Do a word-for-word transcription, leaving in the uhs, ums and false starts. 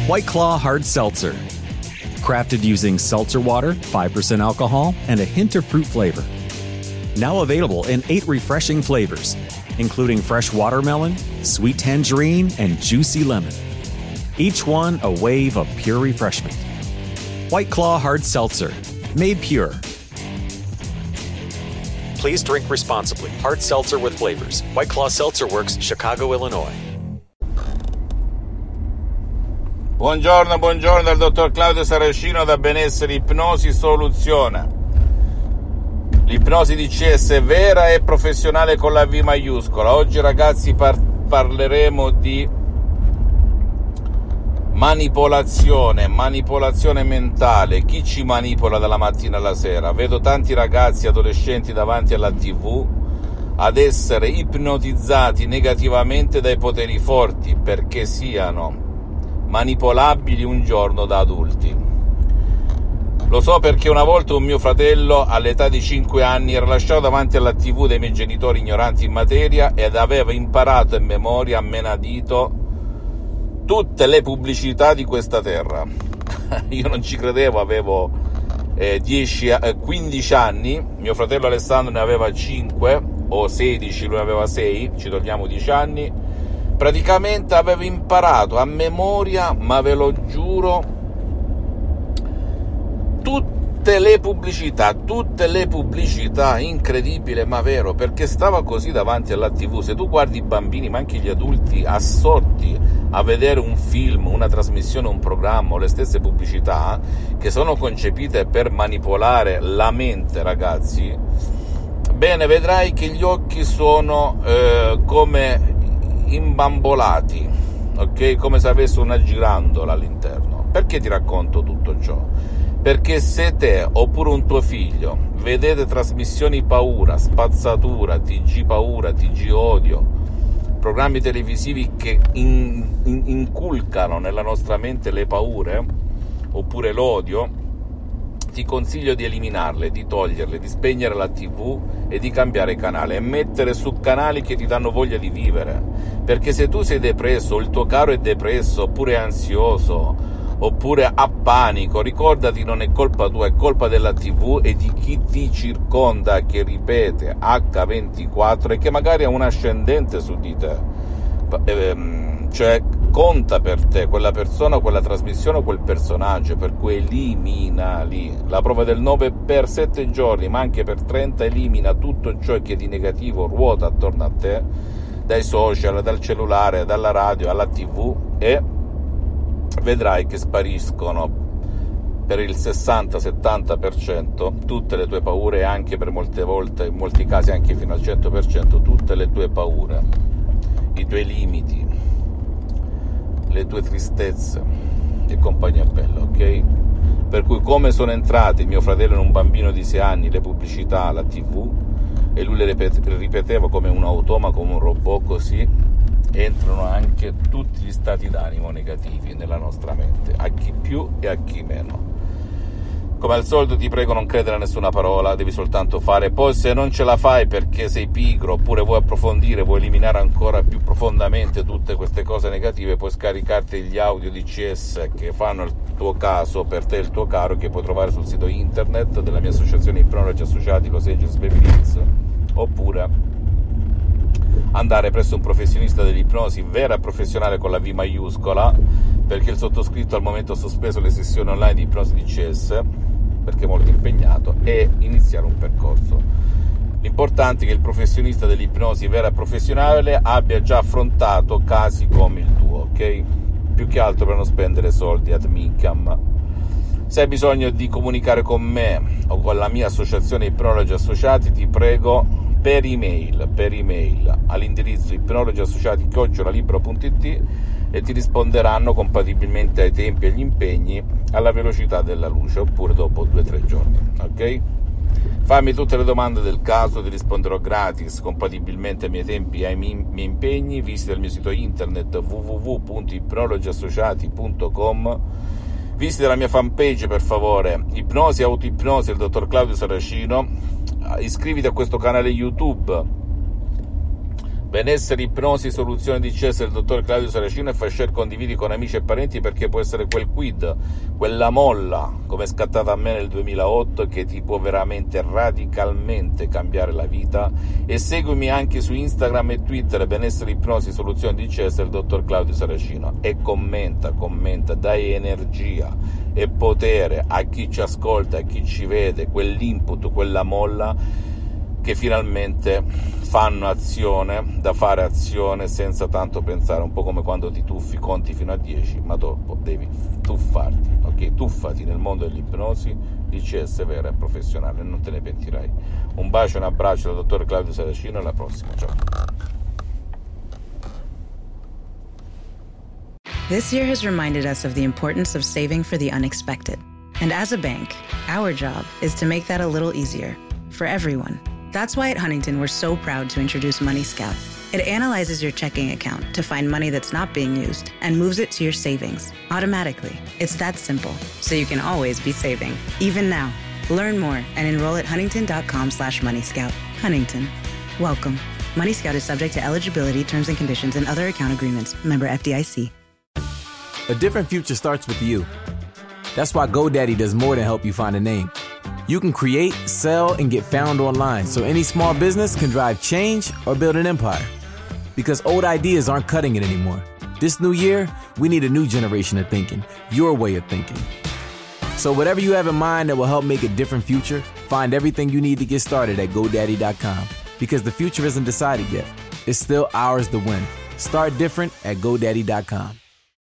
White Claw Hard Seltzer. Crafted using seltzer water, five percent alcohol, and a hint of fruit flavor. Now available in eight refreshing flavors, including fresh watermelon, sweet tangerine, and juicy lemon. Each one a wave of pure refreshment. White Claw Hard Seltzer. Made pure. Please drink responsibly. Hard seltzer with flavors. White Claw Seltzer Works, Chicago, Illinois. Buongiorno, buongiorno dal dottor Claudio Saracino da Benessere Ipnosi Soluziona. L'ipnosi D C S è vera e professionale con la V maiuscola. Oggi ragazzi par- parleremo di manipolazione, manipolazione mentale. Chi ci manipola dalla mattina alla sera? Vedo tanti ragazzi adolescenti davanti alla tivù ad essere ipnotizzati negativamente dai poteri forti perché siano manipolabili un giorno da adulti. Lo so perché una volta un mio fratello all'età di cinque anni era lasciato davanti alla tivù dai miei genitori ignoranti in materia ed aveva imparato a memoria a menadito tutte le pubblicità di questa terra. Io non ci credevo, avevo eh, dieci, eh, quindici anni, mio fratello Alessandro ne aveva cinque o sedici, lui aveva sei, ci togliamo dieci anni. Praticamente avevo imparato a memoria, ma ve lo giuro, tutte le pubblicità, tutte le pubblicità, incredibile ma vero, perché stava così davanti alla tivù. Se tu guardi i bambini, ma anche gli adulti, assorti a vedere un film, una trasmissione, un programma o le stesse pubblicità che sono concepite per manipolare la mente, ragazzi, bene, vedrai che gli occhi sono eh, come imbambolati, ok? Come se avesse una girandola all'interno. Perché ti racconto tutto ciò? Perché se te oppure un tuo figlio vedete trasmissioni paura, spazzatura, tg paura, tg odio, programmi televisivi che in, in, inculcano nella nostra mente le paure oppure l'odio, ti consiglio di eliminarle, di toglierle, di spegnere la tivù e di cambiare canale e mettere su canali che ti danno voglia di vivere. Perché se tu sei depresso, o il tuo caro è depresso, oppure è ansioso, oppure ha panico, ricordati, non è colpa tua, è colpa della tivù e di chi ti circonda, che ripete acca ventiquattro e che magari ha un ascendente su di te. Ehm, cioè conta per te quella persona, quella trasmissione o quel personaggio, per cui eliminali. La prova del nove per sette giorni, ma anche per trenta, elimina tutto ciò che di negativo ruota attorno a te, dai social, dal cellulare, dalla radio, alla tivù, e vedrai che spariscono per il sessanta settanta per cento tutte le tue paure e anche per molte volte, in molti casi anche fino al cento per cento, tutte le tue paure, i tuoi limiti, le tue tristezze e compagnia bella, ok? Per cui come sono entrati mio fratello in un bambino di sei anni le pubblicità alla tivù e lui le ripete, ripeteva come un automa, come un robot, così entrano anche tutti gli stati d'animo negativi nella nostra mente, a chi più e a chi meno. Come al solito ti prego, non credere a nessuna parola, devi soltanto fare. Poi se non ce la fai perché sei pigro, oppure vuoi approfondire, vuoi eliminare ancora più profondamente tutte queste cose negative, puoi scaricarti gli audio D C S che fanno il tuo caso, per te e il tuo caro, che puoi trovare sul sito internet della mia associazione Ipnologi Associati Los Angeles Beverly Hills, oppure andare presso un professionista dell'ipnosi vera e professionale con la V maiuscola, perché il sottoscritto al momento ha sospeso le sessioni online di ipnosi D C S perché è molto impegnato, e iniziare un percorso. L'importante è che il professionista dell'ipnosi vera e professionale abbia già affrontato casi come il tuo, ok? Più che altro per non spendere soldi ad micam. Se hai bisogno di comunicare con me o con la mia associazione Ipnologi Associati, ti prego per email, per email all'indirizzo ipnologiassociati chiocciola libero punto it e ti risponderanno compatibilmente ai tempi e agli impegni alla velocità della luce, oppure dopo due o tre giorni, ok? Fammi tutte le domande del caso, ti risponderò gratis, compatibilmente ai miei tempi e ai miei impegni. Visita il mio sito internet w w w punto ipnologiassociati punto com, visita la mia fanpage per favore, Ipnosi Autoipnosi, il dottor Claudio Saracino, iscriviti a questo canale YouTube Benessere, ipnosi, soluzione di C S del dottor Claudio Saracino, e fai share, condividi con amici e parenti, perché può essere quel quid, quella molla, come è scattata a me nel duemilaotto, che ti può veramente radicalmente cambiare la vita. E seguimi anche su Instagram e Twitter, Benessere, ipnosi, soluzione di C S del dottor Claudio Saracino, e commenta, commenta, dai energia e potere a chi ci ascolta, a chi ci vede, quell'input, quella molla, che finalmente fanno azione, da fare azione senza tanto pensare, un po' come quando ti tuffi, conti fino a dieci, ma dopo devi tuffarti, ok? Tuffati nel mondo dell'ipnosi di C S vera e professionale, non te ne pentirai. Un bacio e un abbraccio dal dottor Claudio Saracino, alla prossima, ciao. This year has reminded us of the importance of saving for the unexpected. And as a bank, our job is to make that a little easier for everyone. That's why at Huntington, we're so proud to introduce Money Scout. It analyzes your checking account to find money that's not being used and moves it to your savings automatically. It's that simple, so you can always be saving, even now. Learn more and enroll at huntington.com slash Money Scout. Huntington, welcome. Money Scout is subject to eligibility, terms and conditions, and other account agreements. Member F D I C. A different future starts with you. That's why GoDaddy does more than help you find a name. You can create, sell, and get found online, so any small business can drive change or build an empire. Because old ideas aren't cutting it anymore. This new year, we need a new generation of thinking, your way of thinking. So whatever you have in mind that will help make a different future, find everything you need to get started at GoDaddy dot com. Because the future isn't decided yet. It's still ours to win. Start different at GoDaddy dot com.